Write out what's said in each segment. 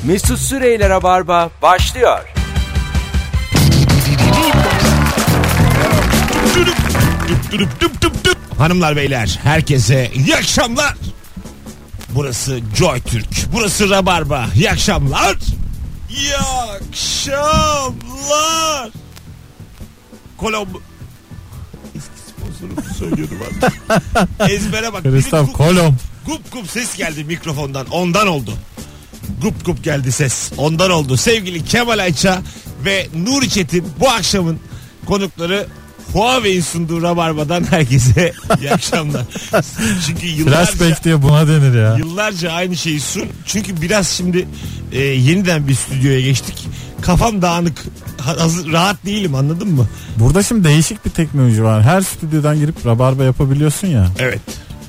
Mesut Süreyler'e barba başlıyor. Hanımlar beyler herkese iyi akşamlar. Burası Joy Türk. Burası Rabarba. İyi akşamlar. İyi akşamlar. Kolombo. Eski sponsorumu söylüyordum abi. Ezbere bak. Christoph Kolomb. Gup gup ses geldi mikrofondan. Ondan oldu. Gup gup geldi ses. Ondan oldu. Sevgili Kemal Ayça ve Nuri Çetin bu akşamın konukları. Huawei'in sunduğu Rabarba'dan herkese iyi akşamlar. Çünkü Flashback diye buna denir ya. Yıllarca aynı şeyi sun. Çünkü biraz şimdi yeniden bir stüdyoya geçtik. Kafam dağınık. Rahat değilim, anladın mı? Burada şimdi değişik bir teknoloji var. Her stüdyodan girip Rabarba yapabiliyorsun ya. Evet.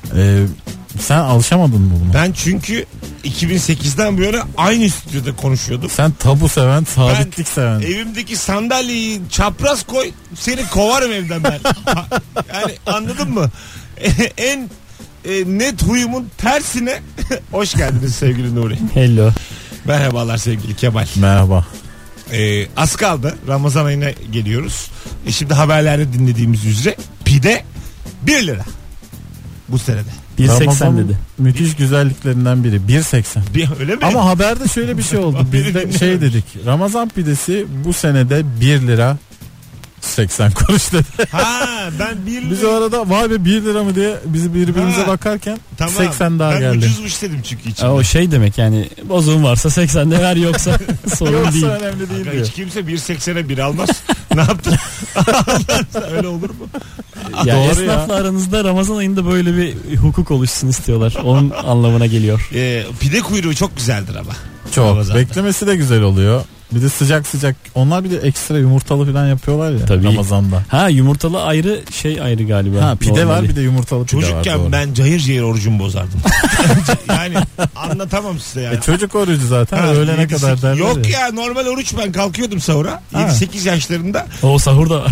Sen alışamadın mı buna? Ben çünkü 2008'den bu yana aynı stüdyoda konuşuyordum. Sen tabu seven, sabitlik seven. Evimdeki sandalyeyi çapraz koy, seni kovarım evden ben. Yani anladın mı? En net huyumun tersine hoş geldiniz sevgili Nuri. Hello. Merhabalar sevgili Kemal. Merhaba. Az kaldı. Ramazan ayına geliyoruz. Şimdi haberlerde dinlediğimiz üzere pide 1 lira bu senede. 1.80 dedi. Müthiş güzelliklerinden biri. 1.80. Öyle mi? Ama haberde şöyle bir şey oldu. Biz de şey dedik. Ramazan pidesi bu senede 1 lira 80 kuruş dedi. Ha ben 1 lira. Biz o arada vay be 1 lira mı diye bizi birbirimize bakarken tamam, 80 daha ben geldi. Ben ucuzmuş dedim çünkü içinde. O şey demek yani bozuğun varsa 80 de ver yoksa sorun yoksa değil. Önemli değil diyor. Hiç kimse 1.80'e 1 almaz. Ne yaptın? Öyle olur mu? Ya doğru esnafla ya. aranızda Ramazan ayında böyle bir hukuk oluşsun istiyorlar. Onun anlamına geliyor. Pide kuyruğu çok güzeldir ama. Çok. Ramazan'da. Beklemesi de güzel oluyor. Bir de sıcak sıcak. Onlar bir de ekstra yumurtalı falan yapıyorlar ya. Tabii. Ramazan'da. Ha yumurtalı ayrı şey ayrı galiba. Ha pide normali. var bir de yumurtalı pide var. Çocukken ben cayır cayır orucumu bozardım. Yani anlatamam size yani. Çocuk orucu zaten öğlene kadar derler. Yok ya normal oruç, ben kalkıyordum sahura. 7-8 yaşlarında. O sahurda.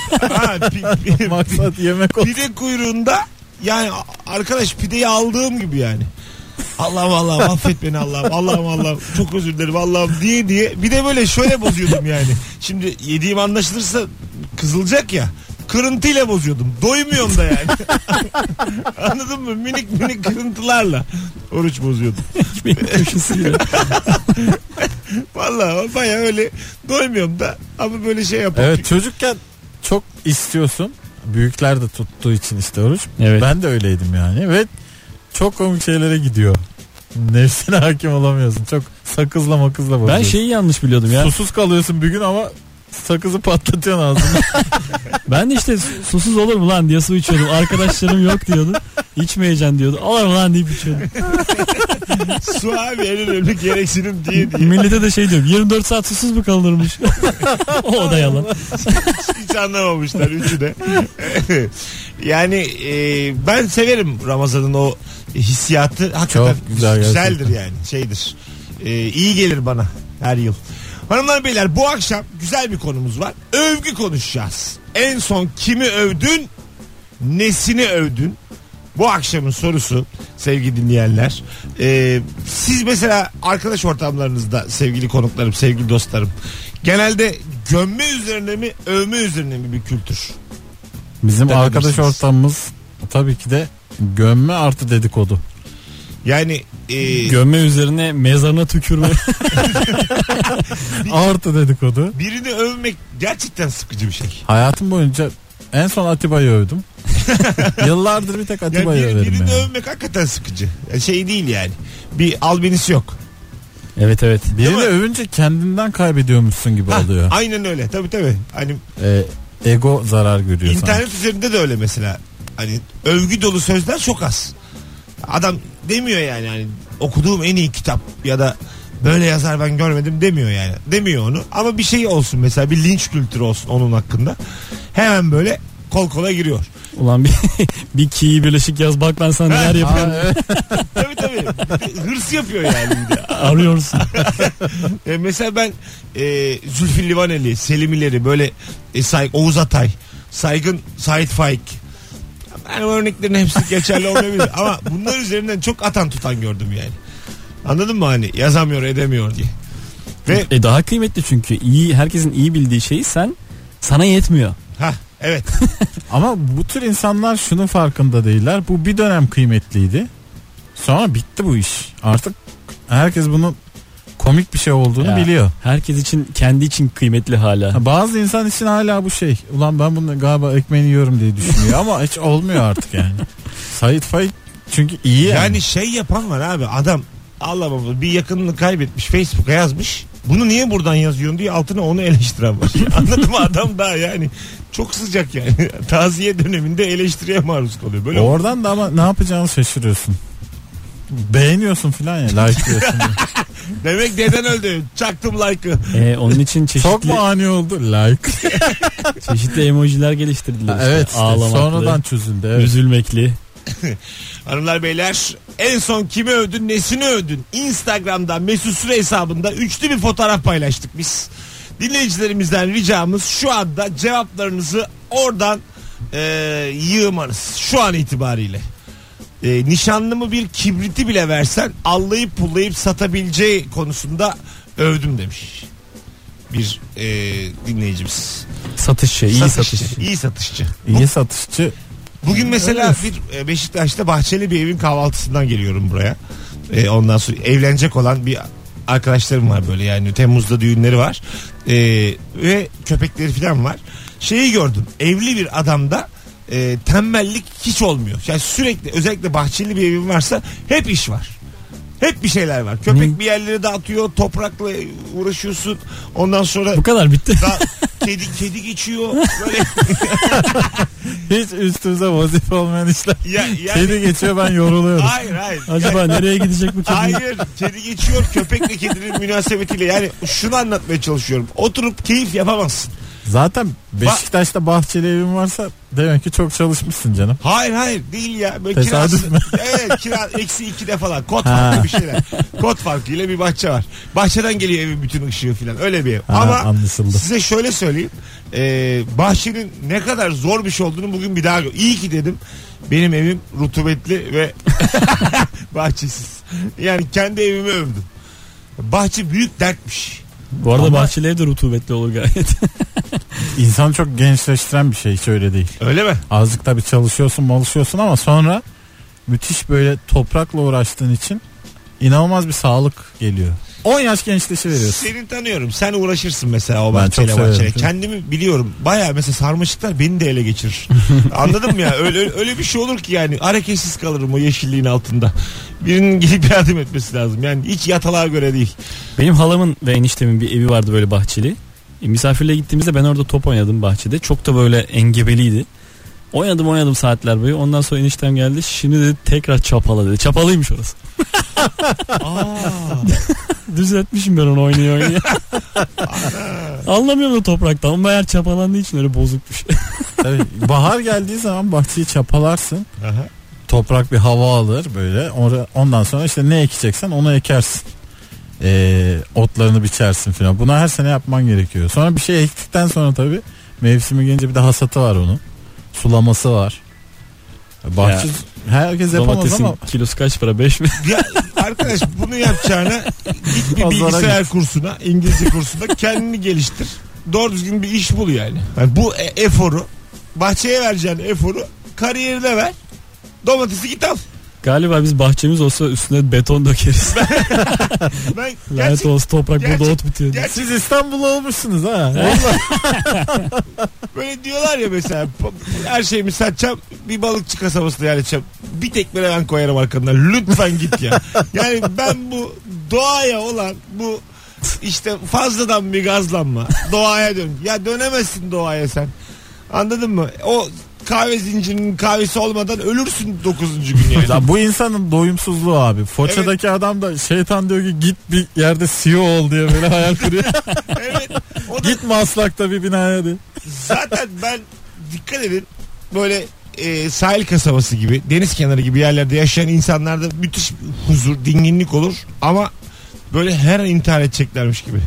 Maksat yemek olsun. Pide kuyruğunda yani arkadaş pideyi aldığım gibi yani. Allah'ım affet beni Allah'ım çok özür dilerim Allah'ım diye bir de böyle şöyle bozuyordum yani. Şimdi yediğim anlaşılırsa kızılacak ya, kırıntıyla bozuyordum, doymuyorum da yani. Anladın mı? Minik kırıntılarla oruç bozuyordum. Vallahi baya öyle doymuyorum da ama böyle şey yapıyorum. Evet, çocukken çok istiyorsun, büyükler de tuttuğu için işte oruç. Evet. Ben de öyleydim yani ve çok komik şeylere gidiyor. Nefsine hakim olamıyorsun. Çok sakızla bozuyorsun. Ben şeyi yanlış biliyordum ya. Susuz kalıyorsun bir gün ama sakızı patlatıyorsun ağzında. Ben de işte susuz olur mu lan diye su içiyordum. Arkadaşlarım yok diyordu. İçmeyeceksin diyordu. Olur mu lan deyip içiyordum. Su abi en önemli gereksinim diye. Millete de şey diyorum. 24 saat susuz mu kalınırmış? O da yalan. Hiç anlamamışlar üçü de. Yani ben severim Ramazan'ın o hissiyatı. Hakikaten çok güzel, güzeldir yani. Şeydir. İyi gelir bana her yıl. Hanımlar beyler bu akşam güzel bir konumuz var. Övgü konuşacağız. En son kimi övdün? Nesini övdün? Bu akşamın sorusu sevgili dinleyenler. Siz mesela arkadaş ortamlarınızda sevgili konuklarım, sevgili dostlarım, genelde gömme üzerine mi, övme üzerine mi bir kültür? Bizim arkadaş ortamımız tabii ki de gömme artı dedikodu. Yani gömme üzerine mezarına tükürme. Artı dedikodu. Birini övmek gerçekten sıkıcı bir şey. Hayatım boyunca en son Atiba'yı övdüm. Yıllardır bir tek Atiba'yı yani överim. Birini yani. övmek hakikaten sıkıcı. Yani şey değil yani. Bir albenisi yok. Evet. Birini övünce kendinden kaybediyormuşsun gibi oluyor. Aynen öyle. Tabii. Hani ego zarar görüyor. İnternet üzerinde de öyle mesela. Hani övgü dolu sözler çok az. Adam demiyor yani hani okuduğum en iyi kitap ya da böyle yazar ben görmedim demiyor yani. Demiyor onu ama bir şey olsun mesela, bir linç kültürü olsun onun hakkında. Hemen böyle kol kola giriyor. Ulan bir ki'yi birleşik yaz bak ben sana neler yapıyorum. Tabii. Hırs yapıyor yani. Arıyorsun. Mesela ben Zülfü Livaneli, Selimileri böyle Oğuz Atay, Saygın Sait Faik. Yani örneklerin hepsi geçerli olmayabilir ama bunlar üzerinden çok atan tutan gördüm yani. Anladın mı hani yazamıyor edemiyor diye. Ve Daha kıymetli çünkü herkesin iyi bildiği şeyi sana yetmiyor. evet. Ama bu tür insanlar şunun farkında değiller. Bu bir dönem kıymetliydi. Sonra bitti bu iş. Artık herkes bunun komik bir şey olduğunu biliyor. Herkes için, kendi için kıymetli hala. Bazı insan için hala bu şey. Ulan ben bunu galiba ekmeğini yiyorum diye düşünüyor ama hiç olmuyor artık yani. Sait Faik çünkü iyi yani. Yani şey yapan var abi, adam Allah Allah bir yakınını kaybetmiş, Facebook'a yazmış. Bunu niye buradan yazıyorsun diye altına onu eleştiren var. Anladın mı? Adam daha yani çok sıcak yani. Taziye döneminde eleştiriye maruz kalıyor. Böyle oradan da ama ne yapacağını şaşırıyorsun. Beğeniyorsun filan ya, like'lıyorsun. Demek deden öldü. Çaktım like'ı. Onun için çeşitli çok mu ani oldu like? çeşitli emojiler geliştirdiler. Evet işte, ağlamaklı, sonradan çözüldü. Evet. üzülmekli. Hanımlar beyler, en son kimi övdün, nesini övdün? Instagram'da Mesut Süre hesabında üçlü bir fotoğraf paylaştık biz. Dinleyicilerimizden ricamız şu anda cevaplarınızı oradan yığmanız şu an itibariyle. Nişanlımı bir kibriti bile versen allayıp pullayıp satabileceği konusunda övdüm demiş bir dinleyicimiz. Satışçı, iyi satışçı. İyi satışçı. İyi satışçı. Bugün mesela bir Beşiktaş'ta bahçeli bir evin kahvaltısından geliyorum buraya. Ondan sonra evlenecek olan bir arkadaşlarım var böyle, yani Temmuz'da düğünleri var. Ve köpekleri falan var. Şeyi gördüm, evli bir adamda tembellik hiç olmuyor. Yani sürekli, özellikle bahçeli bir evin varsa hep iş var. Hep bir şeyler var. Köpek bir yerleri dağıtıyor, toprakla uğraşıyorsun. Ondan sonra bu kadar bitti. Kedi geçiyor. Böyle. Hiç üstümüze vazife olmayan işler. Yani, kedi geçiyor, ben yoruluyorum. Hayır. Acaba nereye gidecek bu kedi? Hayır, kedi geçiyor, köpekle kedinin münasebetiyle. Yani şunu anlatmaya çalışıyorum. Oturup keyif yapamazsın. Zaten Beşiktaş'ta bahçeli evin varsa demek ki çok çalışmışsın canım. Hayır değil ya. Böyle tesadüf kirası, mü? Evet, kira -2'de falan. Kod farklı bir şeyler. Kod farkıyla bir bahçe var. Bahçeden geliyor evin bütün ışığı falan. Öyle bir ev. Ama anlaşıldı. size şöyle söyleyeyim. Bahçenin ne kadar zor bir şey olduğunu bugün bir daha iyi ki dedim. Benim evim rutubetli ve bahçesiz. Yani kendi evimi övdüm. Bahçe büyük dertmiş. Bu arada bahçeli ev de rutubetli olur gayet. İnsanı çok gençleştiren bir şey, hiç öyle değil. Öyle mi? Azıcık tabii çalışıyorsun ama sonra müthiş böyle toprakla uğraştığın için inanılmaz bir sağlık geliyor. 10 yaş gençleşiveriyorsun. Seni tanıyorum. Sen uğraşırsın mesela o Ben çok bahçeyle. severim. Kendimi biliyorum. Baya mesela sarmaşıklar beni de ele geçirir. Anladın mı ya? Öyle bir şey olur ki yani hareketsiz kalırım o yeşilliğin altında. Birinin gelip yardım etmesi lazım. Yani hiç yatalığa göre değil. Benim halamın ve eniştemin bir evi vardı böyle bahçeli. Misafirliğe gittiğimizde ben orada top oynadım bahçede. Çok da böyle engebeliydi. Oynadım saatler boyu. Ondan sonra eniştem geldi. Şimdi dedi tekrar çapala dedi. Çapalıymış orası. Düzeltmişim ben onu oynaya. Anlamıyorum da topraktan. Ama eğer çapalandığı için öyle bozukmuş. Tabii, bahar geldiği zaman bahçeyi çapalarsın. Aha. Toprak bir hava alır böyle. Ondan sonra işte ne ekeceksen onu ekersin. Otlarını biçersin falan. Bunu her sene yapman gerekiyor. Sonra bir şey ektikten sonra tabii mevsimi gelince bir de hasatı var onun. Sulaması var. Bahçe herkes yapamaz domatesin ama. kilosu kaç para, 5 mi? Ya arkadaş, bunu yapacağına git bir bilgisayar kursuna, İngilizce kursuna, kendini geliştir. Doğru düzgün bir iş bul yani. Bu eforu, bahçeye vereceğin eforu kariyerine ver. Domatesi git al. Galiba biz bahçemiz olsa üstüne beton dökeriz. Lanet olsun toprak, burada ot bitiyor. Siz İstanbul'da olmuşsunuz ha. Böyle diyorlar ya mesela, her şeyimi satacağım, bir balıkçı kasabasına yerleşeceğim. Bir tekmele ben koyarım arkandan. Lütfen git ya. Yani ben bu doğaya olan bu işte fazladan bir gazlanma, doğaya dön. Ya dönemezsin doğaya sen. Anladın mı? O kahve zincirinin kahvesi olmadan ölürsün 9. gün yani. Ya bu insanın doyumsuzluğu abi. Foça'daki adam da şeytan diyor ki git bir yerde CEO ol diye böyle hayal kuruyor. Evet. O da... Git Maslak'ta bir binaya diye. Zaten ben, dikkat edin, böyle sahil kasabası gibi, deniz kenarı gibi yerlerde yaşayan insanlarda müthiş huzur, dinginlik olur ama böyle her an intihar edeceklermiş gibi.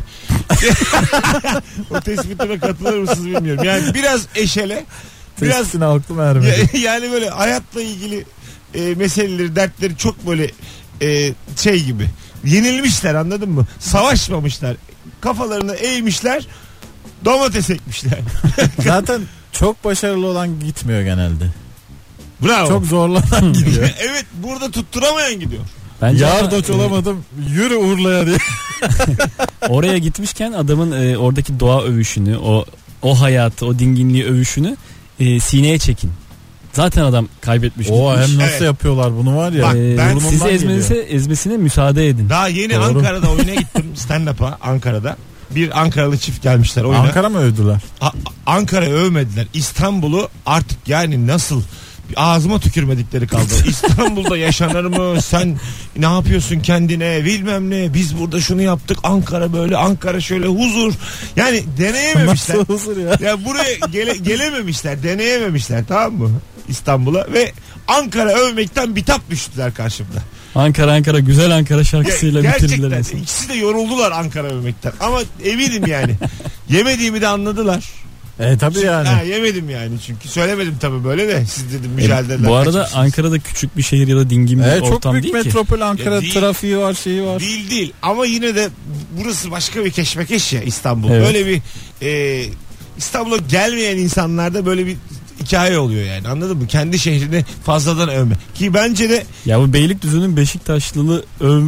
O tespitime katılır mısınız bilmiyorum. Yani biraz eşele, biraz tespitine aklım ermedi. Yani böyle hayatla ilgili meseleleri, dertleri çok böyle şey gibi. yenilmişler, anladın mı? Savaşmamışlar. Kafalarını eğmişler. Domates ekmişler. Zaten çok başarılı olan gitmiyor genelde. Bravo. Çok zorlanan gidiyor. Evet, burada tutturamayan gidiyor. Bence Yardoç olamadım, yürü Urla'ya diye. oraya gitmişken adamın oradaki doğa övüşünü, o hayatı, o dinginliği övüşünü sineye çekin. Zaten adam kaybetmiş. O gitmiş. hem nasıl Evet. yapıyorlar bunu var ya. Bak, ben Sizi ezmesine müsaade edin. Daha yeni Doğru. Ankara'da oyuna gittim, stand-up'a Ankara'da. Bir Ankaralı çift gelmişler oyuna. Ankara mı övdüler? Ankara'yı övmediler. İstanbul'u artık yani nasıl ağzıma tükürmedikleri kaldı. İstanbul'da yaşanır mı? Sen ne yapıyorsun kendine? Bilmem ne. Biz burada şunu yaptık. Ankara böyle, Ankara şöyle, huzur. Yani deneyememişler. Nasıl huzur ya? Ya buraya gelememişler, deneyememişler, tamam mı? İstanbul'a ve Ankara övmekten bitap düştüler karşımda. Ankara güzel Ankara şarkısıyla bitirdiler. Gerçekten mesela. ikisi de yoruldular Ankara övmekten. Ama eminim yani. Yemediğimi de anladılar. Tabii yani. Ha, yemedim yani çünkü söylemedim tabii böyle de siz dedim mücadeleler. Bu arada kaçmışsınız. Ankara'da küçük bir şehir ya da dingin bir Çok ortam büyük değil ki. metropol Ankara, Ya değil. trafiği var, şeyi var. Değil ama yine de burası başka bir keşmekeş ya İstanbul. Evet. Böyle bir İstanbul'a gelmeyen insanlarda böyle bir hikaye oluyor yani, anladın mı? Kendi şehrini fazladan övme. Ki bence de Ya bu Beylikdüzü'nün Beşiktaşlılı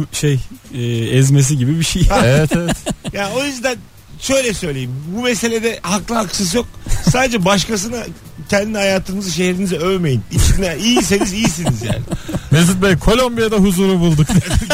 ezmesi gibi bir şey. Evet. ya o yüzden şöyle söyleyeyim. Bu meselede haklı haksız yok. Sadece başkasına kendi hayatınızı, şehrinizi övmeyin. İçinde iyiyseniz iyisiniz yani. Mesut Bey, Kolombiya'da huzuru bulduk.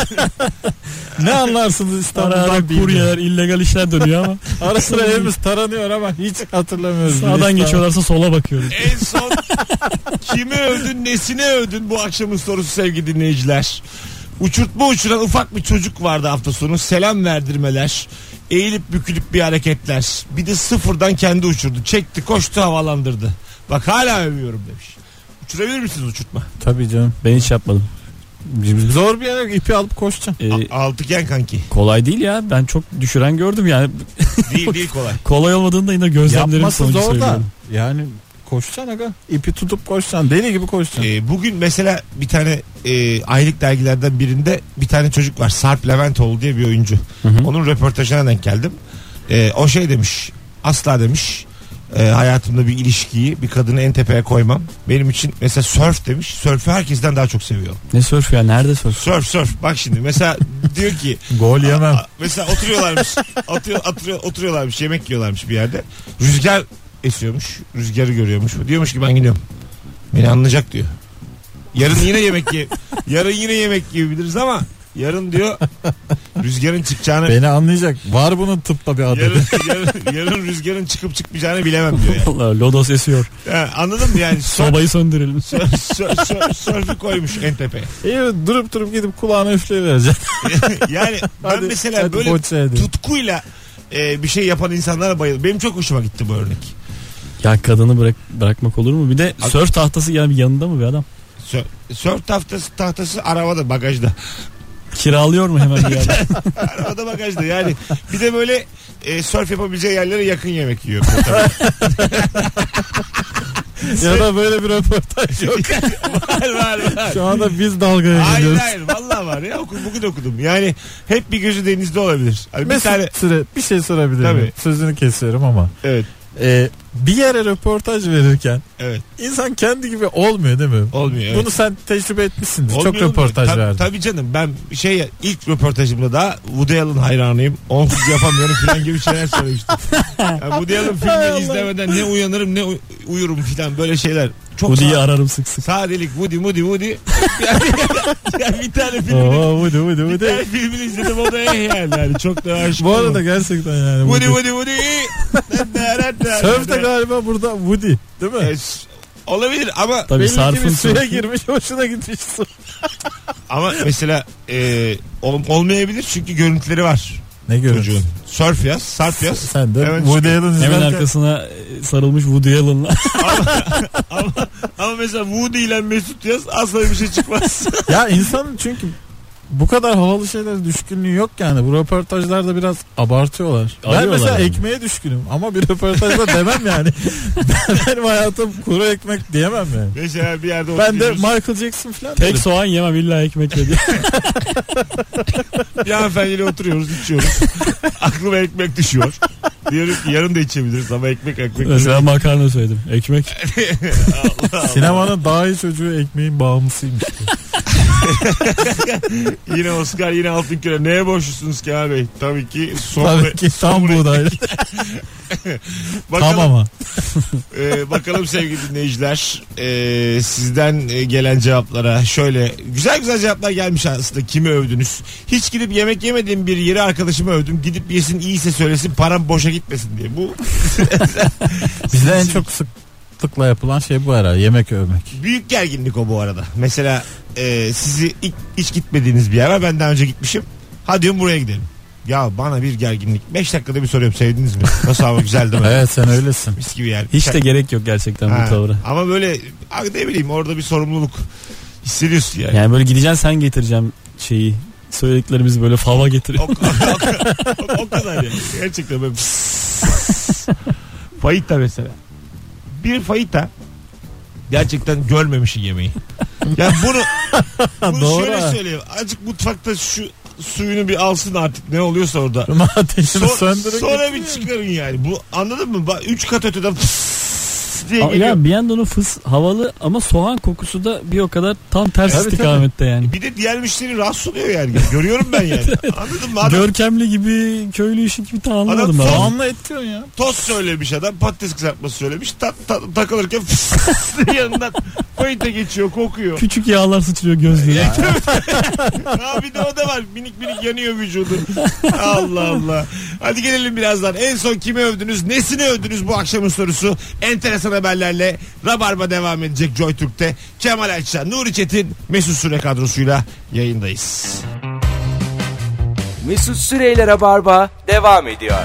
Ne anlarsınız Ara İstanbul'dan ara bilmiyorum. kuryeler, illegal işler dönüyor ama Ara sıra evimiz taranıyor ama hiç hatırlamıyoruz. sağdan geçiyorlarsa sola bakıyoruz. En son kimi övdün, nesine övdün bu akşamın sorusu sevgili dinleyiciler. Uçurtma uçuran ufak bir çocuk vardı hafta sonu. Selam verdirmeler, eğilip bükülüp bir hareketler. Bir de sıfırdan kendi uçurdu. Çekti, koştu, havalandırdı. Bak hala övüyorum demiş. Uçurabilir misiniz uçurtma? Tabii canım. Ben hiç yapmadım. Zor bir yere ipi alıp koşacaksın. Altıgen kanki. Kolay değil ya. Ben çok düşüren gördüm yani. Değil kolay. Kolay olmadığını da yine gözlemlerim Yapması sonucu zor da. söylüyorum. Yani koşacaksın aga. İpi tutup koşacaksın. Deli gibi koşacaksın. Bugün mesela bir tane aylık dergilerden birinde bir tane çocuk var. Sarp Leventoğlu diye bir oyuncu. Onun röportajına denk geldim. O şey demiş. Asla demiş. Hayatımda bir ilişkiyi, bir kadını en tepeye koymam. Benim için mesela surf demiş. Surf'ü herkesten daha çok seviyorum. Ne surf ya? Nerede surf? Surf. Bak şimdi mesela diyor ki Gol yemem. mesela oturuyorlarmış, yemek yiyorlarmış bir yerde. Rüzgar esiyormuş. Rüzgarı görüyormuş. Diyormuş ki ben gidiyorum. Beni anlayacak diyor. Yarın yine yemek yiyebiliriz ama yarın diyor rüzgarın çıkacağını, Beni anlayacak. Var bunun tıpta bir adı. yarın rüzgarın çıkıp çıkmayacağını bilemem diyor yani. Allah, lodos esiyor. Anladın mı yani? Sobayı söndürelim. Sörfü koymuş en tepeye. İyi, durup gidip kulağına üfleyivereceksin. Yani ben mesela böyle tutkuyla bir şey yapan insanlara bayıldım. Benim çok hoşuma gitti bu örnek. Ya kadını bırakmak olur mu? Bir de surf tahtası yani yanında mı bir adam? Sörf tahtası arabada, bagajda. Kiralıyor mu hemen bir yerden? Arabada, bagajda yani. Bir de böyle sörf yapabileceği yerlere yakın yemek yiyor. Ya da böyle bir röportaj yok. var. Şu anda biz dalgaya gidiyoruz. Hayır vallahi var ya, bugün okudum. Yani hep bir gözü denizde olabilir. Hani bir tane Bir şey sorabilir Tabii. miyim? Sözünü kesiyorum ama. evet. Bir yere röportaj verirken Evet. insan kendi gibi olmuyor değil mi? Olmuyor. Evet. Bunu sen tecrübe etmişsindir. Olmuyor, Çok röportaj olmuyor. verdin. Tabii canım, ben ilk röportajımda da Woody Allen hayranıyım. Onsuz yapamıyorum falan gibi şeyler söylemiştim. Yani Woody Allen filmini izlemeden ne uyanırım ne uyurum falan, böyle şeyler. Çok Woody'yi ararım sık sık. sadelik Woody. Yani bir tane Woody. tane filmini izledim, o da yani çok da aşık. Bu arada gerçekten yani. Woody. Surf de galiba burada Woody değil mi? Olabilir ama Tabii Belli ki sarfın bir suya surfu. girmiş, hoşuna gitmiş su. ama mesela olmayabilir çünkü görüntüleri var. Ne görüyorsun? Çocuğun. Surf yaz, sarf yaz. Sen de Hemen Woody Allen Hemen izlerken arkasına sarılmış Woody Allen'la. ama mesela Woody ile Mesut yaz, asla bir şey çıkmaz. ya insanın çünkü bu kadar havalı şeylere düşkünlüğü yok yani. Bu röportajlarda biraz abartıyorlar. Ben Arıyorlar mesela yani. ekmeğe düşkünüm ama bir röportajda demem yani. Benim hayatım kuru ekmek diyemem yani. Mesela bir yerde Ben de oturuyoruz. Michael Jackson falan Tek derim. soğan yemem illa ekmekle diye. Bir hanımefendiyle oturuyoruz, içiyoruz. Aklıma ekmek düşüyor. Diyorum ki yarın da içebiliriz ama ekmek. Mesela makarna söyledim. Ekmek. Sinemanın daha iyi çocuğu ekmeğin bağımlısıymış. Yine Oscar, yine altın küre. Neye borçlusunuz Kemal Bey? Tabii ki Tabii ki tam buğdaylı. Bakalım, Tam ama. bakalım sevgili dinleyiciler, sizden gelen cevaplara. Şöyle güzel cevaplar gelmiş aslında. Kimi övdünüz? Hiç gidip yemek yemediğim bir yeri arkadaşımı övdüm. Gidip yesin, iyiyse söylesin, param boşa gitmesin diye. Bu Bizde en çok sıklıkla yapılan şey bu herhalde, yemek övmek. büyük gerginlik o bu arada. Mesela sizi hiç gitmediğiniz bir yer var. Ben daha önce gitmişim. Hadi diyorum buraya gidelim. Ya bana bir gerginlik. 5 dakikada bir soruyorum, sevdiniz mi? Nasıl ama, güzel değil mi? Evet, sen öylesin. Mis gibi yer. Hiç de gerek yok gerçekten bu tavra. Ama böyle ne bileyim, orada bir sorumluluk hissediyorsun yani. Yani böyle gideceksin, sen getireceğim şeyi. Söylediklerimizi böyle fava getiriyor. O kadar yani. Gerçekten böyle. Fajita mesela. Bir fajita gerçekten görmemişsin yemeği. Yani bunu Doğru şöyle ha. söyleyeyim. Azıcık mutfakta şu suyunu bir alsın artık, ne oluyorsa orada. Ateşini söndürün. Sonra bir çıkarın yani. Bu, anladın mı? 3 kat öteden diye geliyor. Ya bir yandan o fıs havalı ama soğan kokusu da bir o kadar tam ters Tabii, istikamette yani. Bir de diğer müşteri rahatsız oluyor yani. Görüyorum ben yani. Anladın mı? Adam Görkemli gibi, köylü işi gibi tam anlamadım Adam ben. Soğanla et diyorsun ya. tost söylemiş adam. Patates kızartması söylemiş. Takılırken yanından fajita geçiyor, kokuyor. Küçük yağlar sıçrıyor gözlüğüne. Ha, bir de o da var. Minik yanıyor vücudu. Allah Allah. Hadi gelelim birazdan. En son kimi övdünüz? Nesini övdünüz bu akşamın sorusu? Enteresan haberlerle Rabarba devam edecek Joy Türk'te. Kemal Ayça, Nuri Çetin, Mesut Süre kadrosuyla yayındayız. Mesut Süreyler'e barba devam ediyor.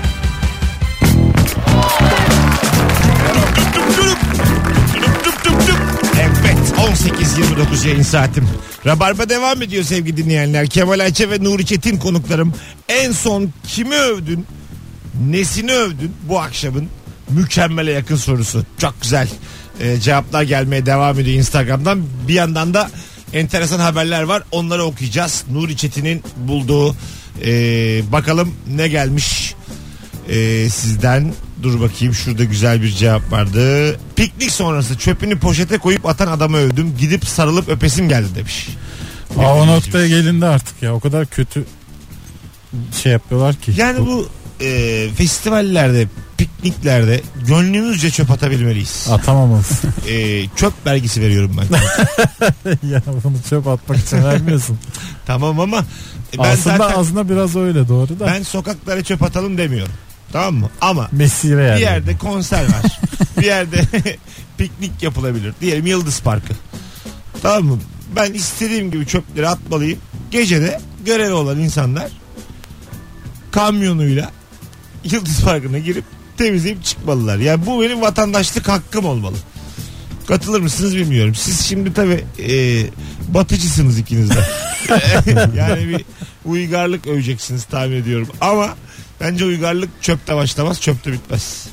Evet, 18.29 yayın saatim. Rabarba devam ediyor sevgili dinleyenler. Kemal Ayça ve Nuri Çetin konuklarım. En son kimi övdün? Nesini övdün? Bu akşamın mükemmele yakın sorusu. Çok güzel cevaplar gelmeye devam ediyor Instagram'dan. Bir yandan da enteresan haberler var. Onları okuyacağız. Nuri Çetin'in bulduğu bakalım ne gelmiş sizden. Dur bakayım, şurada güzel bir cevap vardı. Piknik sonrası çöpünü poşete koyup atan adamı övdüm. Gidip sarılıp öpesim geldi demiş. O noktaya gelindi artık ya. O kadar kötü şey yapıyorlar ki. Yani bu festivallerde, pikniklerde gönlümüzce çöp atabilmeliyiz. Atamamalısın. Çöp vergisi veriyorum ben. Ya bunu çöp atmak için vermiyorsun. Tamam ama ben aslında biraz öyle, doğru da. ben sokaklara çöp atalım demiyorum. Tamam mı? Ama Mesire yani. bir yerde konser var. Bir yerde piknik yapılabilir. Diyelim Yıldız Parkı. Tamam mı? Ben istediğim gibi çöpleri atmalıyım. Gecede görevi olan insanlar kamyonuyla Yıldız Parkı'na girip temizleyip çıkmalılar. Yani bu benim vatandaşlık hakkım olmalı. Katılır mısınız bilmiyorum. Siz şimdi tabii batıcısınız ikiniz de. Yani bir uygarlık öveceksiniz tahmin ediyorum. Ama bence uygarlık çöpte başlamaz, çöpte bitmez.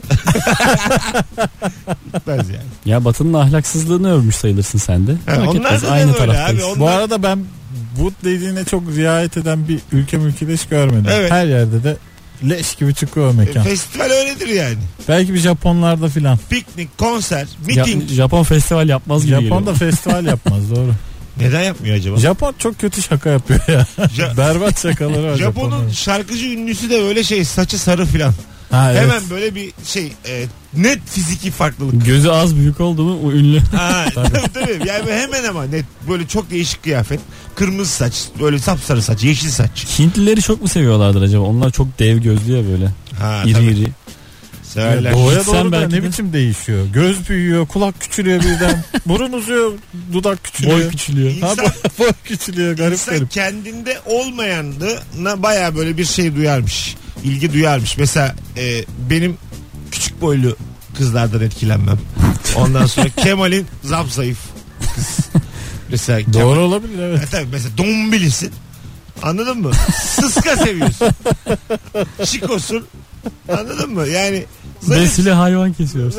Bitmez yani. Ya Batı'nın ahlaksızlığını övmüş sayılırsın sen de. Ha, Fark onlar etmez, da aynı böyle taraftayız. abi, Bu arada ben bu dediğine çok riayet eden bir ülkede hiç görmedim. Evet. Her yerde de leş gibi çıkıyor mekan. Festival öyledir yani. Belki bir Japonlarda filan. Piknik, konser, miting. Japon festival yapmaz gibi Japon'da geliyor. festival yapmaz, doğru. Neden yapmıyor acaba? Japon çok kötü şaka yapıyor ya. Berbat şakaları var Japon'un Japonların. şarkıcı ünlüsü de öyle şey, saçı sarı filan. Ha, evet. Hemen böyle bir şey net fiziki farklılık. Gözü az büyük oldu mu o ünlü. Ha, tabii. Yani hemen ama net böyle çok değişik kıyafet. Kırmızı saç, böyle sapsarı saç, yeşil saç. Hintlileri çok mu seviyorlardır acaba? Onlar çok dev gözlü ya böyle. Ha, İri tabii. iri. Severler. Doğuya Gitsen doğru da belki ne de. biçim değişiyor. Göz büyüyor, kulak küçülüyor birden. Burun uzuyor, dudak küçülüyor. Boy küçülüyor. İnsan- Boy küçülüyor, garip İnsan garip. kendinde olmayanına baya böyle bir şey duyarmış. İlgi duyarmış. Mesela benim küçük boylu kızlardan etkilenmem. Ondan sonra Kemal'in zapzayıf kız. Mesela Kemal, Doğru olabilir, evet. tabii mesela dombilisin. Anladın mı? Sıska seviyorsun. Çikosun. Anladın mı? Yani Besili hayvan kesiyorsun.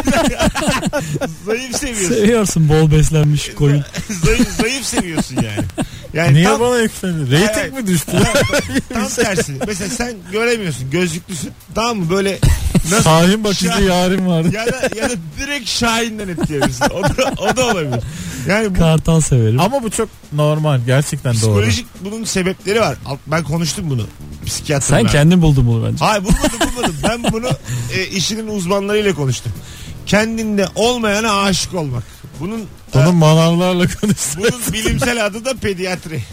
Zayıf seviyorsun. Seviyorsun bol beslenmiş koyun. Zayıf seviyorsun yani. Yani Niye tam, bana yükseldi? Reyting mi düştü? tam tersi. Mesela sen göremiyorsun. Gözlüklüsün. Tamam mı? Böyle nasıl? Şahin bakıcı yarim vardı. Ya da direkt Şahin'den etkilemişsin. O da olabilir. Yani bu Kartal severim. Ama bu çok normal. Gerçekten doğru. psikolojik bunun sebepleri var. Ben konuştum bunu. Psikiyatrımla. Sen kendin buldun bunu bence. Hayır bulmadım. Ben bunu işinin uzmanlarıyla konuştum. Kendinde olmayana aşık olmak. Bunun manavlarla konuştuk. bunun bilimsel adı da pediatri.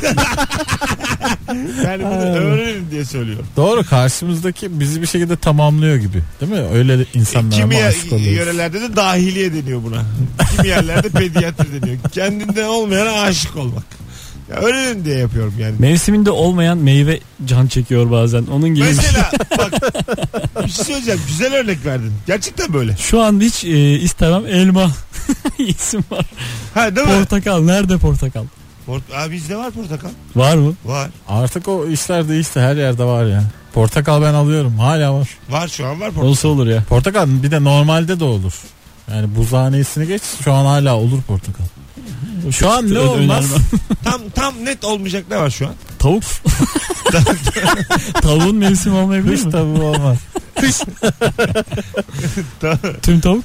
Yani bunu öğrenin diye söylüyorum. Doğru, karşımızdaki bizi bir şekilde tamamlıyor gibi. Değil mi? Öyle insanlara Kimi aşık oluyoruz. yörelerde de dahiliye deniyor buna. Kimi yerlerde pediatri deniyor. Kendinden olmayana aşık olmak. Ya öğrenin diye yapıyorum yani. Mevsiminde olmayan meyve can çekiyor bazen. Onun gibi. Mesela bak bir şey söyleyeceğim. Güzel örnek verdin. Gerçekten böyle. Şu an hiç istemem elma isim var. Ha değil mi? Portakal. Nerede portakal? Bizde var portakal. Var mı? Var. Artık o işler değişti, her yerde var ya. Portakal ben alıyorum, hala var. Var şu an var portakal. Olsa olur ya. Portakal bir de normalde de olur. Yani buzhanesini geç, şu an hala olur portakal. Şu an ne olmaz? Tam net olmayacak ne var şu an? Tavuk. Tavuğun mevsimi olmayabilir Kış mi? tavuğu olmaz. Tüm tavuk.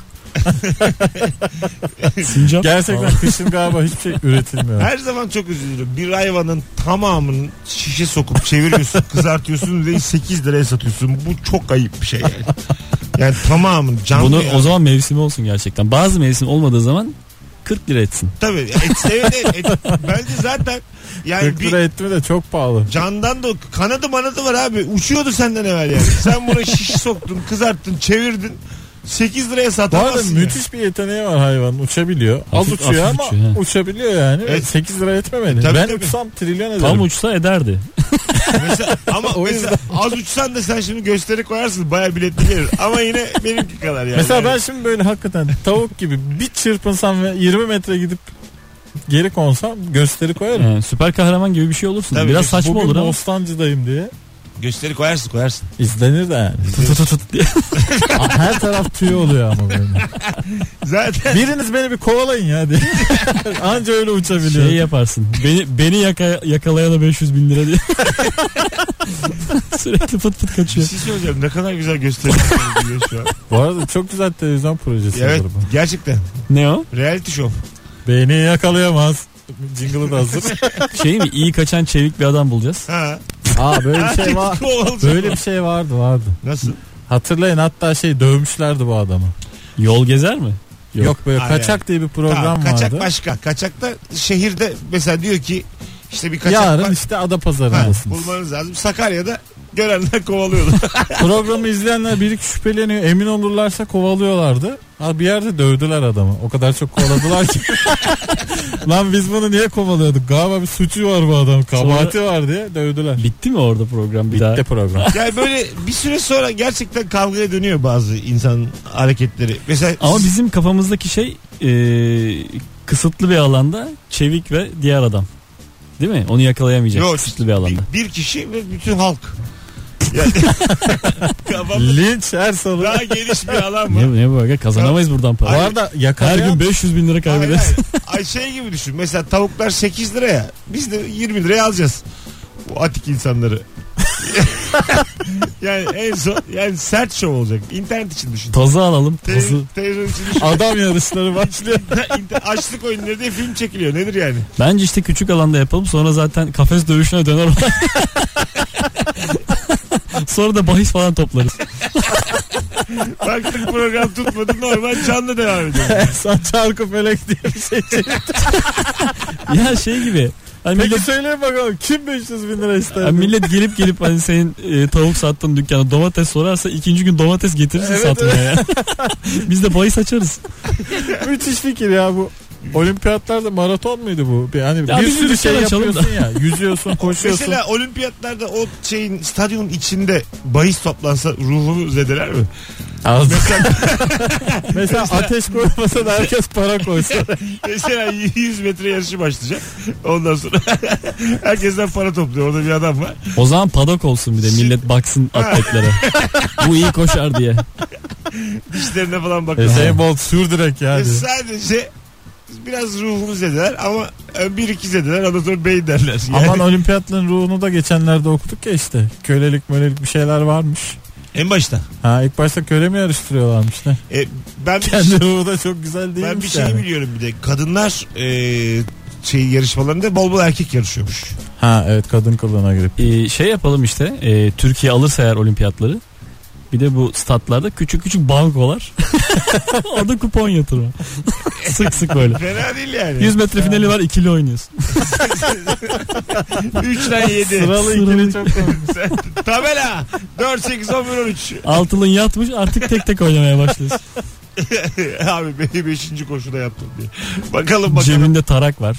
Sincap. Gerçekten kışın galiba hiçbir şey üretilmiyor. Her zaman çok üzülürüm. Bir hayvanın tamamının şişe sokup çeviriyorsun, kızartıyorsun ve 8 liraya satıyorsun. Bu çok ayıp bir şey yani. Yani tamamın canlı. Bunu ya. o zaman mevsimi olsun gerçekten. Bazı mevsim olmadığı zaman 40 lira etsin. Tabii et, bence zaten yani 40 lira etti mi de çok pahalı. candan da kanadı var abi. Uçuyordu senden evvel yani. Sen buna şiş soktun, kızarttın, çevirdin. 8 liraya Bu arada satamazsın. müthiş bir yeteneği var hayvanın, uçabiliyor. Az Hafif uçuyor ama uçuyor, uçabiliyor yani. Evet. 8 lira etmemeli. Tabii, Ben tabii. uçsam trilyon ederim. Tam uçsa ederdi. Ama mesela az uçsan da sen şimdi gösteri koyarsın. Baya biletli gelir. Ama yine benimki kadar yani. Mesela Yani ben şimdi böyle hakikaten tavuk gibi bir çırpınsam ve 20 metre gidip geri konsam gösteri koyarım. Süper kahraman gibi bir şey olursun. Tabii, Biraz saçma Bugün olur ama. Bostancı'dayım diye gösteri koyarsın. izlenir de yani. Tut diye. Her taraf tüy oluyor ama böyle. Zaten Biriniz beni bir kovalayın ya diye. Anca öyle uçabiliyor. Şey yaparsın. Beni yakalayana 500 bin lira diye. Sürekli fıt fıt bir kaçıyor. şey söyleyeceğim. Ne kadar güzel gösteri geliyor şu an. Bu arada çok güzel televizyon projesi. Evet olur bu. gerçekten. Ne o? Reality show. Beni yakalayamaz. Jingle'ı da hazır. Şey mi? İyi kaçan çevik bir adam bulacağız. Ha. Böyle bir şey var. Böyle bir şey vardı. Nasıl? Hatırlayın, hatta dövmüşlerdi bu adamı. Yol gezer mi? Yok böyle Hayır. kaçak diye bir program Tamam, kaçak vardı. başka. Kaçakta şehirde mesela diyor ki işte bir kaçak Yarın var. işte Adapazarı'ndasınız. Bulmanız lazım. Sakarya'da görenler kovalıyordu. Programı izleyenler bir iki şüpheleniyor. Emin olurlarsa kovalıyorlardı. Bir yerde dövdüler adamı. O kadar çok kovaladılar ki. Lan biz bunu niye kovalıyorduk? Galiba bir suçu var bu adam. Kabahati var diye dövdüler. Bitti mi orada program? Bir daha. Bitti program. Yani böyle bir süre sonra gerçekten kavgaya dönüyor bazı insan hareketleri. Mesela Ama bizim kafamızdaki şey kısıtlı bir alanda çevik ve diğer adam. Değil mi? Onu yakalayamayacak Yok, kısıtlı bir alanda. bir kişi ve bütün halk. Yani kafamda Linç her salı. daha geniş bir alan var. Ne bu aga? Kazanamayız buradan Bu para. arada Her yakalayan gün 500 bin lira Hayır, kaybederiz. hayır. Ay şey gibi düşün. Mesela tavuklar 8 liraya. Biz de 20 liraya alacağız. Bu atik insanları. Yani en son yani sert şov olacak. İnternet için düşün. Tazı alalım. Tazı. Televizyon için düşün. adam yarışları başlıyor. Açlık oyunları diye film çekiliyor. Nedir yani? Bence işte küçük alanda yapalım. Sonra zaten kafes dövüşüne döner olay. Sonra da bahis falan toplarız. Baktık program tutmadı. Normal canlı devam ediyor. Sen çarkı felek diye bir şey çekti. Ya şey gibi. Hani Peki millet, söyleyin bakalım, kim 500 bin lira ister? hani millet gelip hani senin tavuk sattığın dükkana domates sorarsa ikinci gün domates getirirsin Evet, satmaya ya. Biz de bahis açarız. Müthiş fikir ya bu. Olimpiyatlarda maraton muydu bu? Yani Ya bir biz sürü bir şey dükkan açalım yapıyorsun ya. Yüzüyorsun, koşuyorsun. Mesela olimpiyatlarda o stadyumun içinde bahis toplansa ruhunu zedeler mi? Mesela ateş koymasa da herkes para koysa. Mesela 100 metre yarışı başlayacak. Ondan sonra herkesten para topluyor. Orada bir adam var. O zaman padok olsun bir de, millet baksın atletlere. Bu iyi koşar diye. Dişlerine falan bakıyor. Hüseyin Bolt sür direkt yani. Sadece biraz ruhunu zediler ama bir iki zediler, ondan sonra beyin derler. Yani, Aman olimpiyatların ruhunu da geçenlerde okuduk ya işte. Kölelik bir şeyler varmış. en başta. Ha, ilk başta köle mi yarıştırıyorlarmış ne? Ben Kendi ruhu da çok güzel değilmiş ben bir şey yani. biliyorum bir de. Kadınlar yarışmalarında bol bol erkek yarışıyormuş. Ha evet, kadın kılığına girip. Şey yapalım işte, Türkiye alırsa eğer olimpiyatları, bir de bu statlarda küçük küçük bankolar. Orada kupon yatırma. Sık sık böyle. Fena değil yani. 100 metre finali var, ikili oynuyorsun. 3'ten 7. Sıralı ikili çok komik. Tabela 4, 8, 11, 13. Altılın yatmış, artık tek tek oynamaya başlıyorsun. Abi beni 5. koşuda yaptım diye. Bakalım. Cebinde tarak var.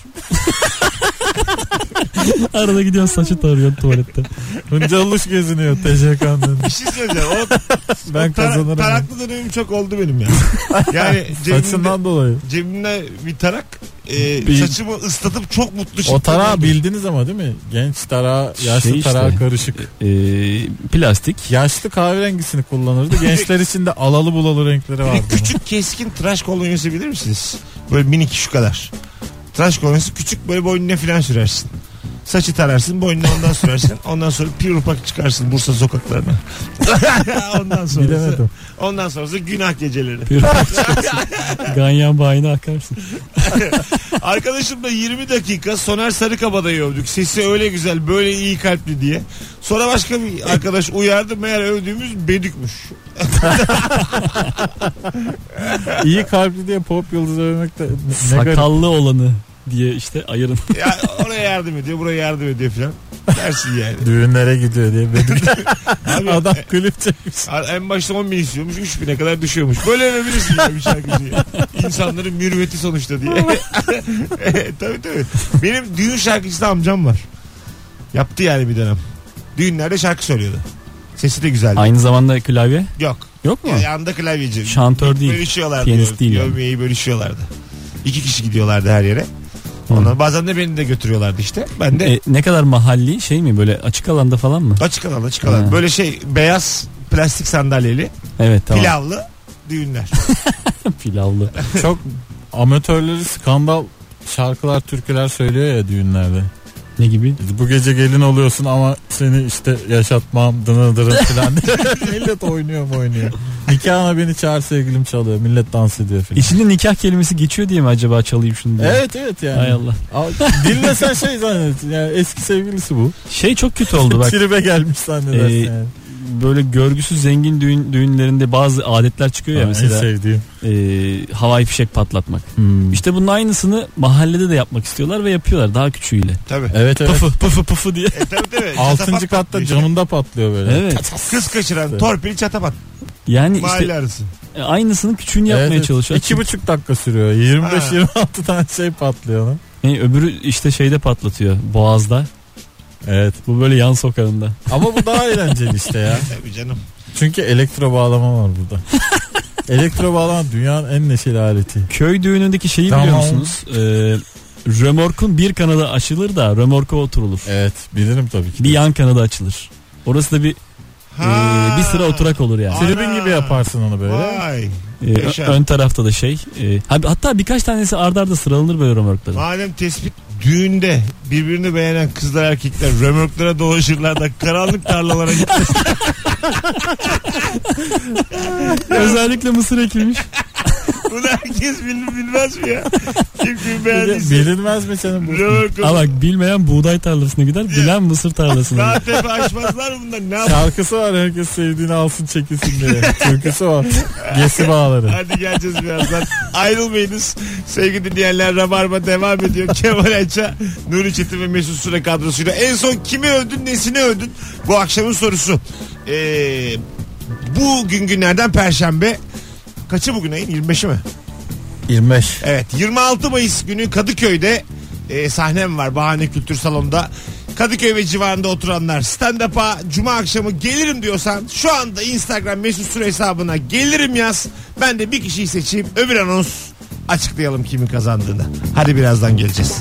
Arada gidiyorsun, saçı tarıyorsun tuvalette. Hıncalış geziniyor TCK'nın. Bir şey söyleyeceğim. Ben kazanırım. Taraklı dönemim çok oldu benim ya. Yani Saçından dolayı. cebimde bir tarak, saçımı ıslatıp çok mutlu çıktım. O tarağı bildiniz ama değil mi? Genç tarağı, yaşlı Şey işte, tarağı karışık. Plastik. Yaşlı kahverengisini kullanırdı. Gençler için de alalı bulalı renkleri vardı. Küçük keskin tıraş kolonyası bilir misiniz? Böyle minik şu kadar. Tıraş kolonyası küçük, böyle boynuna falan sürersin. Saçı tararsın, boynuna ondan sürersin. Ondan sonra pirupak çıkarsın Bursa sokaklarına. Ondan sonrası günah geceleri. Ganyan bayına akarsın. Arkadaşımla 20 dakika Soner Sarıkabadayı övdük. Sesi öyle güzel, böyle iyi kalpli diye. Sonra başka bir arkadaş uyardı. Meğer övdüğümüz Bedük'müş. İyi kalpli diye pop yıldızı övmek de sakallı olanı diye işte ayırın. Ya oraya yardım ediyor, buraya yardım ediyor falan. Dersin yani. Düğünlere gidiyor diye. Abi, adam klip çekmiş. En başta 10.000 istiyormuş, 3.000'e kadar düşüyormuş. Böyle övebilirsin ya bir şarkıcıyı. İnsanların mürüvveti sonuçta diye. Tabii. Benim düğün şarkıcısı amcam var. Yaptı yani bir dönem. Düğünlerde şarkı söylüyordu. Sesi de güzeldi. Aynı zamanda klavye? Yok mu? Yanında klavyeci. Şantör değil. Bölüşüyorlardı. Piyanist değil yani. Övmeyi bölüşüyorlardı. 2 kişi gidiyorlardı her yere. Ondan bazen de beni de götürüyorlardı işte. Ben de ne kadar mahalli şey mi, böyle açık alanda falan mı? açık alan. Böyle beyaz plastik sandalyeli, Evet, tamam. pilavlı düğünler. Pilavlı. Çok amatörleri skandal şarkılar, türküler söylüyor ya düğünlerde. Ne gibi? Bu gece gelin oluyorsun ama seni işte yaşatmam dırın falan. Millet oynuyor. Nikahına beni çağır sevgilim çalıyor. Millet dans ediyor falan. İçinde nikah kelimesi geçiyor diye mi acaba çalayım şunu diye? Evet yani. Hay Allah. Dinlesen şey zannet. Yani eski sevgilisi bu. Şey çok kötü oldu bak. Tribe gelmiş zannedersin yani. Böyle görgüsüz zengin düğünlerinde bazı adetler çıkıyor ya, mesela. En sevdiğim. Havai fişek patlatmak. Hmm. İşte bunun aynısını mahallede de yapmak istiyorlar ve yapıyorlar daha küçüğüyle. Tabii. Evet. Pıfı diye. Tabii. 6. katta camında patlıyor böyle. Evet. Kız kaçıran torpil çatapat. Yani Mahalle işte arası. aynısını küçüğünü yapmaya çalışıyor. 2,5 dakika sürüyor. 25-26 tane şey patlıyor lan. Öbürü işte şeyde patlatıyor, Boğaz'da. Evet. Bu böyle yan sokağında. Ama bu daha eğlenceli işte ya. Tabii canım. Çünkü elektro bağlama var burada. Elektro bağlama dünyanın en neşeli aleti. Köy düğünündeki şeyi biliyor musunuz? Römorkun bir kanadı açılır da römorka oturulur. Evet, bilirim tabii ki. Bir yan kanadı açılır. Orası da bir sıra oturak olur yani. Tribün gibi yaparsın onu böyle. Vay. Ön tarafta da şey. Hatta birkaç tanesi arda arda sıralanır böyle römorkların. Madem tespit, düğünde birbirini beğenen kızlar erkekler römorklara dolaşırlar da karanlık tarlalara gitmez. Özellikle mısır ekilmiş. Bunu herkes bilmez mi ya? Kim beğendiyse. Bilinmez mi senin bu? Ama bak, bilmeyen buğday tarlasına gider, bilen mısır tarlasına gider. Daha tepe açmazlar bunlar, ne yapar? Şarkısı var, herkes sevdiğini alsın çekilsin diye. Türküsü var. Gesi bağları. Hadi geleceğiz birazdan. Ayrılmayınız. Sevgili dinleyenler, Rabarba devam ediyor. Kemal Ayça, Nuri Çetin ve Mesut Süre kadrosuyla. En son kimi övdün, nesini övdün? Bu akşamın sorusu. Bugün günlerden Perşembe. Kaçı bugün ayın? 25'i mi? 25. Evet, 26 Mayıs günü Kadıköy'de sahnem var, Bahane Kültür Salonu'nda. Kadıköy ve civarında oturanlar, stand-up'a cuma akşamı gelirim diyorsan şu anda Instagram mesut süre hesabına gelirim yaz. Ben de bir kişiyi seçeyim, öbür anons açıklayalım kimin kazandığını. Hadi birazdan geleceğiz.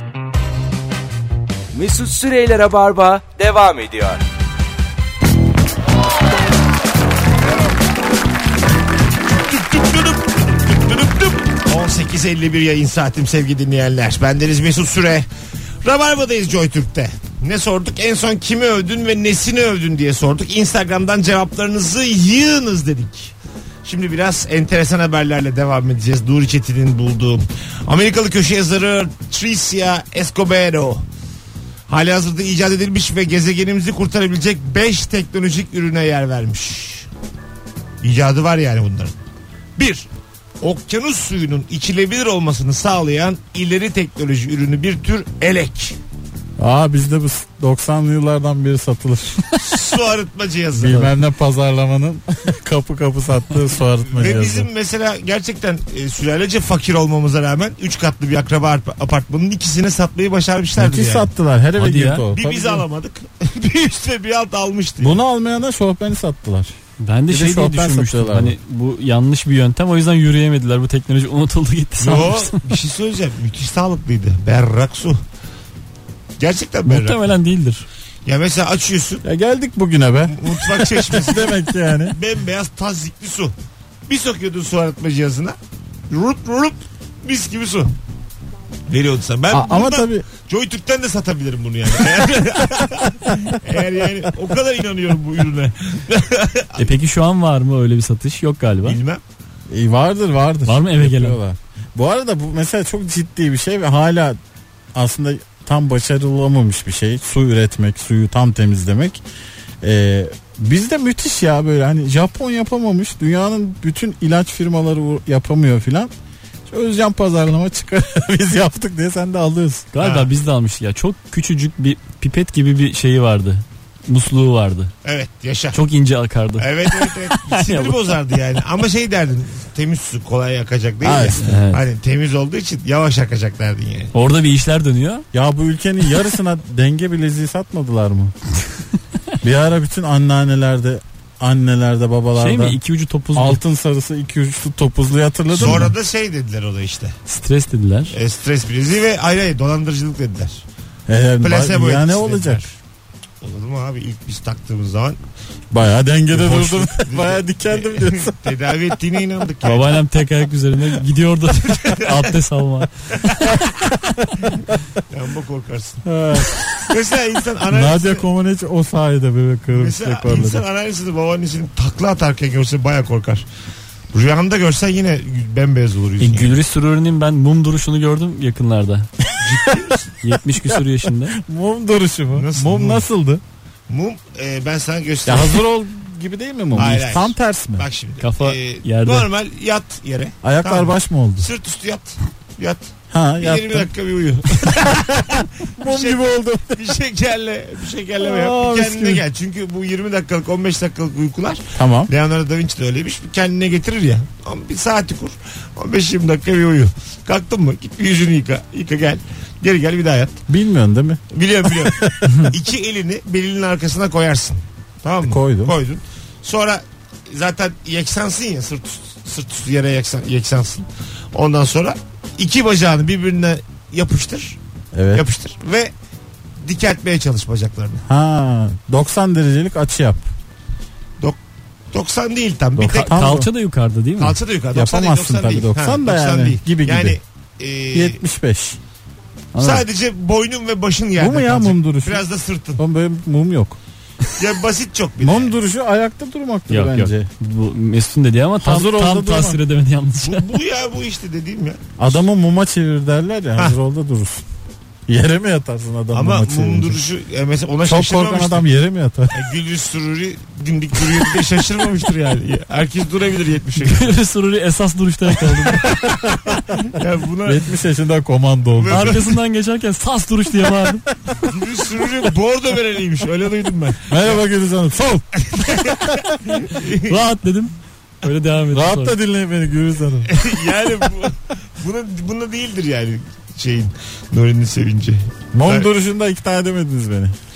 Mesut Süreyler'e barba devam ediyor. 18.51 yayın saatim sevgili dinleyenler. Bendeniz Mesut Süre. Rabarba'dayız JoyTürk'te. Ne sorduk? En son kimi övdün ve nesini övdün diye sorduk. Instagram'dan cevaplarınızı yığınız dedik. Şimdi biraz enteresan haberlerle devam edeceğiz. Nuri Çetin'in bulduğu Amerikalı köşe yazarı Tricia Escobedo halihazırda icat edilmiş ve gezegenimizi kurtarabilecek 5 teknolojik ürüne yer vermiş. İcadı var yani bunların. 1. Okyanus suyunun içilebilir olmasını sağlayan ileri teknoloji ürünü, bir tür elek. Bizde bu 90'lı yıllardan beri satılır. Su arıtma cihazı. Bilmem ne pazarlamanın kapı sattığı su arıtma Ve cihazı. bizim mesela gerçekten sülalece fakir olmamıza rağmen 3 katlı bir akraba apartmanın ikisini satmayı başarmışlardı. Müthiş yani. sattılar. Her eve Hadi girdi ya. o. Bir Tabii biz canım. alamadık. Bir üst ve bir alt almıştı. Bunu almayana şofbeni sattılar. Ben de Bir de şey diye şofben düşünmüştüm. satıyorlar Hani bu yanlış bir yöntem, o yüzden yürüyemediler. Bu teknoloji unutuldu gitti Yo, sanmıştım. bir şey söyleyeceğim. Müthiş sağlıklıydı. Berrak su. Gerçekten berrak. Muhtemelen değildir. Ya mesela açıyorsun. Ya geldik bugüne be. Mutfak çeşmesi. Demek yani. Bembeyaz tazikli su. Bir sokuyordun su arıtma cihazına. Rup rup mis gibi su. Veriyordun sen. Ben Ama tabii JoyTürk'ten de satabilirim bunu yani. Eğer yani o kadar inanıyorum bu ürüne. Peki şu an var mı öyle bir satış? Yok galiba. Bilmem. vardır. Var mı eve gelen? Yapıyorlar. Bu arada bu mesela çok ciddi bir şey ve hala aslında tam başarılamamış bir şey. Su üretmek, suyu tam temizlemek. Bizde müthiş ya, böyle hani Japon yapamamış, dünyanın bütün ilaç firmaları yapamıyor filan. Özcan pazarlama çıkar. Biz yaptık diye sen de alıyorsun. Galiba Ha. biz de almıştık ya. Çok küçücük bir pipet gibi bir şeyi vardı. Musluğu vardı. Evet, yaşa. Çok ince akardı. Evet. Sinir bozardı yani. Ama şey derdin, temiz su kolay akacak değil ya. Evet. Hani temiz olduğu için yavaş akacak derdin yani. Orada bir işler dönüyor. Ya bu ülkenin yarısına denge bileziği satmadılar mı? Bir ara bütün annelerde, babalarda Şey mi, iki ucu topuzlu. altın sarısı 2 uçlu topuzluyu hatırladın Sonra mı? da şey dediler o da işte. Stres dediler. Stres bileziği ve ayrı dolandırıcılık dediler. Placebo Ya ne etkisi olacak? dediler. Olur mu abi, ilk biz taktığımız zaman Bayağı dengede Boş- durdun. Bayağı dikendim diyorsun. tedavi ettiğine inandık yani. Babaannem tek ayak üzerinde gidiyordu. Abdest alma. Amma korkarsın. Ha. Mesela insan Nadia anneannesini, Comaneci o sayede bebek kırmış mesela rekorları. insan anneannesini babaannesini takla atarken görse baya korkar. Rüyanda görsen yine bembeyaz olur yüzün. Gülriz Sururi'nin ben mum duruşunu gördüm yakınlarda. 70 küsur yaşında. Mum duruşu mu? Nasıl Mum mum? nasıldı? Mum ben sana Ya göstereyim. hazır ol gibi değil mi mum? Hayır, hayır. Tam ters mi? Bak şimdi. Kafa yerde. Normal yat yere. Ayaklar Tamam. baş mı oldu? Sırt üstü yat. Yat. Ha Bir 20 yattım. dakika bir uyu. Mum şey- gibi oldu. bir şekerleme yap. Aa, Bir mis kendine gibi. gel. Çünkü bu 20 dakikalık 15 dakikalık uykular Tamam. Leonardo da Vinci de öyleymiş. Bir kendine getirir ya. Ama bir saati kur. 15-20 dakika bir uyu. Kalktın mı? Git bir yüzünü yıka. Yıka gel. Geri gel bir daha yat. Bilmiyorsun değil mi? Biliyorum. İki elini belinin arkasına koyarsın. Tamam mı? Koydum. Koydun. Sonra zaten yeksansın ya, sırt üstü yere yeksansın. Ondan sonra iki bacağını birbirine yapıştır. Evet. Yapıştır ve dikeltmeye çalış bacaklarını. Ha 90 derecelik açı yap. 90 değil tam. Bir tek Tam Kalça da yukarıda değil mi? kalça da yukarı. 90 değil, Yapamazsın 90 tabii, değil. 90 da yani, değil. gibi. Yani 75. sadece boynun ve başın yerde Bu mu ya kalacak. mum duruşu? Biraz da sırtın. Oğlum böyle mum yok. Ya basit çok bir de. Mum duruşu ayakta durmaktır Yok bence. yok. Bu Mesut'un dediği ama tam, Hazır oldu tam durma. tasvir edemedi yalnız. Bu ya bu işte dediğim ya. Adamı muma çevir derler ya, hazır ol da durursun. Yere mi yatarsın adam Ama muma mum çevirince? duruşu mesela ona Çok korkan şaşırmamıştır. adam yere mi yatar? Gülriz Sururi dimdik duruyor diye şaşırmamıştır yani. Herkes durabilir 70'e. Gülriz Sururi esas duruşta yakaladı. Ya buna 70 yaşında komando oldu. Arkasından geçerken sas duruş diye bağırdı. Gülriz Sururi bordo bereliymiş. Öyle duydum ben. Merhaba Gülüz Hanım. Sol. Rahat dedim. Öyle devam etti. Rahat sonra. da dinleyin beni Gülüz Hanım. Yani buna değildir yani şeyin Nuri'nin sevinci. Mum Evet. duruşunda ikna edemediniz beni.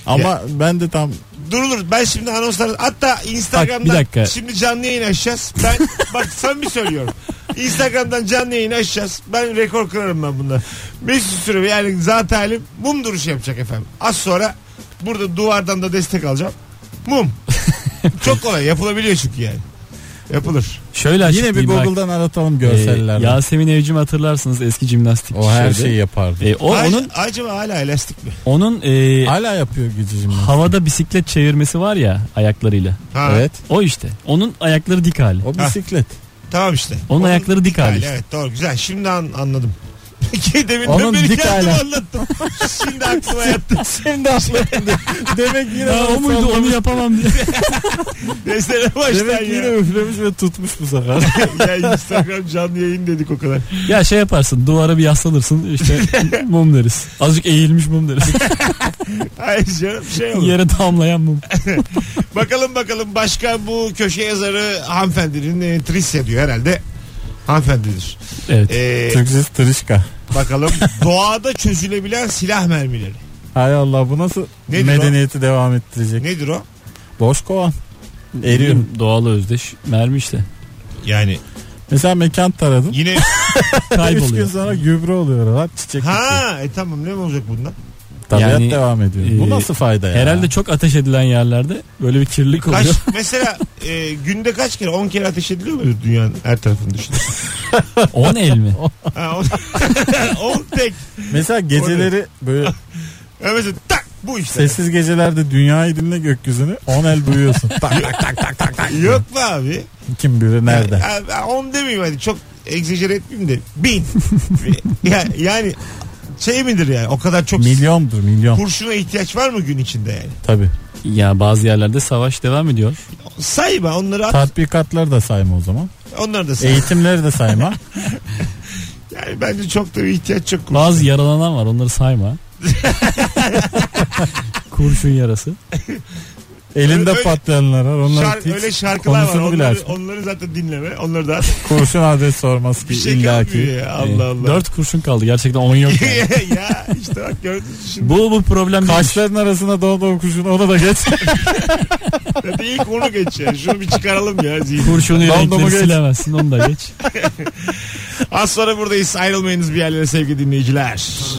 Ama ben de tam Durulur. Ben şimdi anonslar, hatta Instagram'dan bir dakika. şimdi canlı yayın açacağız. Ben bak samimi söylüyorum. Instagram'dan canlı yayın açacağız. Ben rekor kırarım ben bunda. Mesut Süre yani zat halim mum duruşu yapacak efendim. Az sonra burada duvardan da destek alacağım. Mum. Çok kolay yapılabiliyor çünkü yani. Yapılır. Şöyle yine bir açıklayayım bak. Google'dan aratalım görsellerden. Yasemin Evcim hatırlarsınız, eski jimnastik. O her şeydi. şeyi yapardı. Onun Acaba hala elastik mi? Hala yapıyor gece havada bisiklet çevirmesi var ya ayaklarıyla. Ha. Evet. O işte. Onun ayakları dik hali. O bisiklet. Tamam işte. Onun ayakları dik hali. Evet doğru, güzel. Şimdi anladım. Demin Onun beni dik kendim hali. anlattım. Şimdi aklıma yattı. Şimdi aklıma Demek yine O muydu, onu yapamam diye. Desene baştan Demek yine ya. üflemiş ve tutmuş bu sefer. Ya Instagram canlı yayın dedik o kadar. Ya şey yaparsın, duvara bir yaslanırsın işte mum deriz. Azıcık eğilmiş mum deriz. Hayır canım şey olur. Yere damlayan mum. Bakalım başka bu köşe yazarı hanımefendinin Trisya diyor herhalde. Hanımefendidir. Evet. Türkçesi tırışka. Bakalım doğada çözülebilen silah mermileri. Hay Allah, bu nasıl Nedir medeniyeti devam ettirecek? Nedir o? Boş kovan. Eriyor. Doğal özdeş mermi işte. Yani Mesela mekan taradın. yine 3 gün Kayboluyor. sonra gübre oluyor. Çiçek. ha tamam, ne olacak bundan? Tabiat Yani, devam ediyor. Bu nasıl fayda ya? Herhalde çok ateş edilen yerlerde böyle bir kirlilik Kaç oluyor. mesela günde kaç kere, 10 kere ateş ediliyor mu dünyanın her tarafını düşün. 10 el mi? Ha, 10 tek. Mesela geceleri böyle Ha, mesela tak bu işte. sessiz gecelerde dünyayı dinle, gökyüzünü 10 el duyuyorsun. Tak tak tak tak tak. Yok mu abi? Kim bilir nerede? 10 demeyeyim hadi, çok egzajere etmeyeyim de 1000. Yani şey midir yani, o kadar çok Milyondur milyon. kurşuna ihtiyaç var mı gün içinde yani? Tabii. Ya bazı yerlerde savaş devam ediyor. Sayma onları, at. Tatbikatları da sayma o zaman. Onları da say. Eğitimleri de sayma. Yani bence çok da bir ihtiyaç yok. kurşuna. Bazı yaralanan var, onları sayma. Kurşun yarası. Elinde Öyle- patlayanlar var. Onlar hiç Öyle şarkılar var. konusunu bile açma. Onları zaten dinleme. Onları da Kurşun adres sormaz bir ki şey illaki. kalmıyor ya. Allah Allah. 4 kurşun kaldı. Gerçekten 10 yok. Yani. Ya işte bak gördün şimdi. Bu problem değil. Kaşların arasına doğduğu kurşun, onu da geç. Hadi ilk onu geç ya. Şunu bir çıkaralım ya. Zihin. Kurşunu Dondumu renkleri geç. silemezsin, onu da geç. Az sonra buradayız. Ayrılmayınız bir yerlere sevgili dinleyiciler.